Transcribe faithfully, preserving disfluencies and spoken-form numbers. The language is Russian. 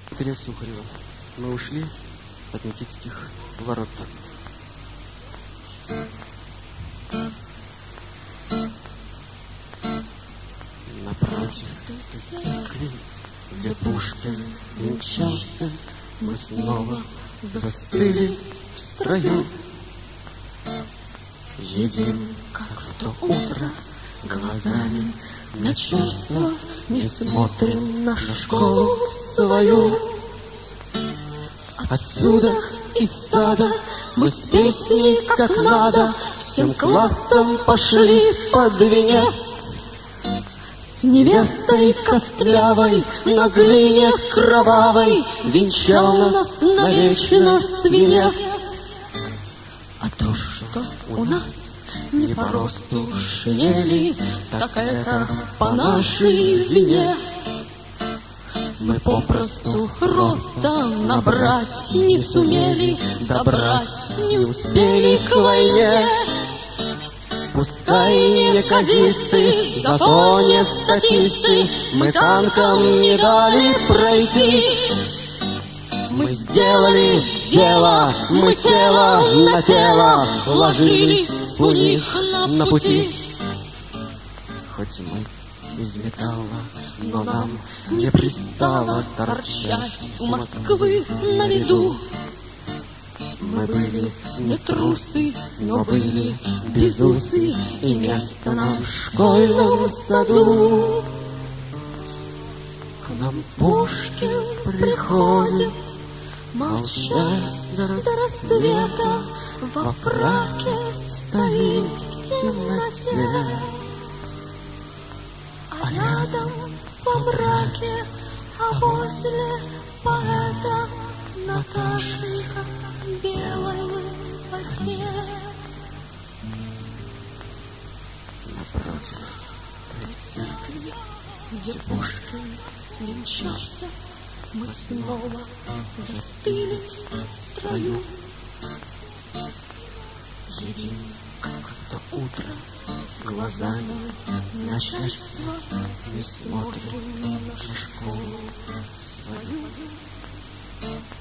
Петре Сухарева. Мы ушли от Никитских ворот. Напротив церкви, где Пушкин венчался, мы снова застыли в строю. Едим, как в то утро, глазами на чувства, не смотрим на школу свою. Отсюда, из сада, мы с песней как надо всем классом пошли под венец. С невестой костлявой на глине кровавой венчал нас навечно свинец. А то, что у нас не по росту шинели, так это по нашей вине. Мы попросту роста набрать не сумели, добрать не успели к войне. Пускай не неказисты, зато не статисты, мы танкам не дали пройти. Мы сделали дело, мы тело на тело ложились у них на пути. Хоть мы из металла, но нам не пристало торчать у Москвы на виду. Мы были не трусы, но были безусы, и место нам в школьном саду. К нам Пушкин приходит, молчать до рассвета, во фраке стоит в темноте. А рядом во мраке, а возле поэта Наташенька в белой воде. Напротив той церкви, где Пушкин венчался, мы снова застыли в строю. Едим, как в то утро, глазами начальства, не смотрим на школу свою.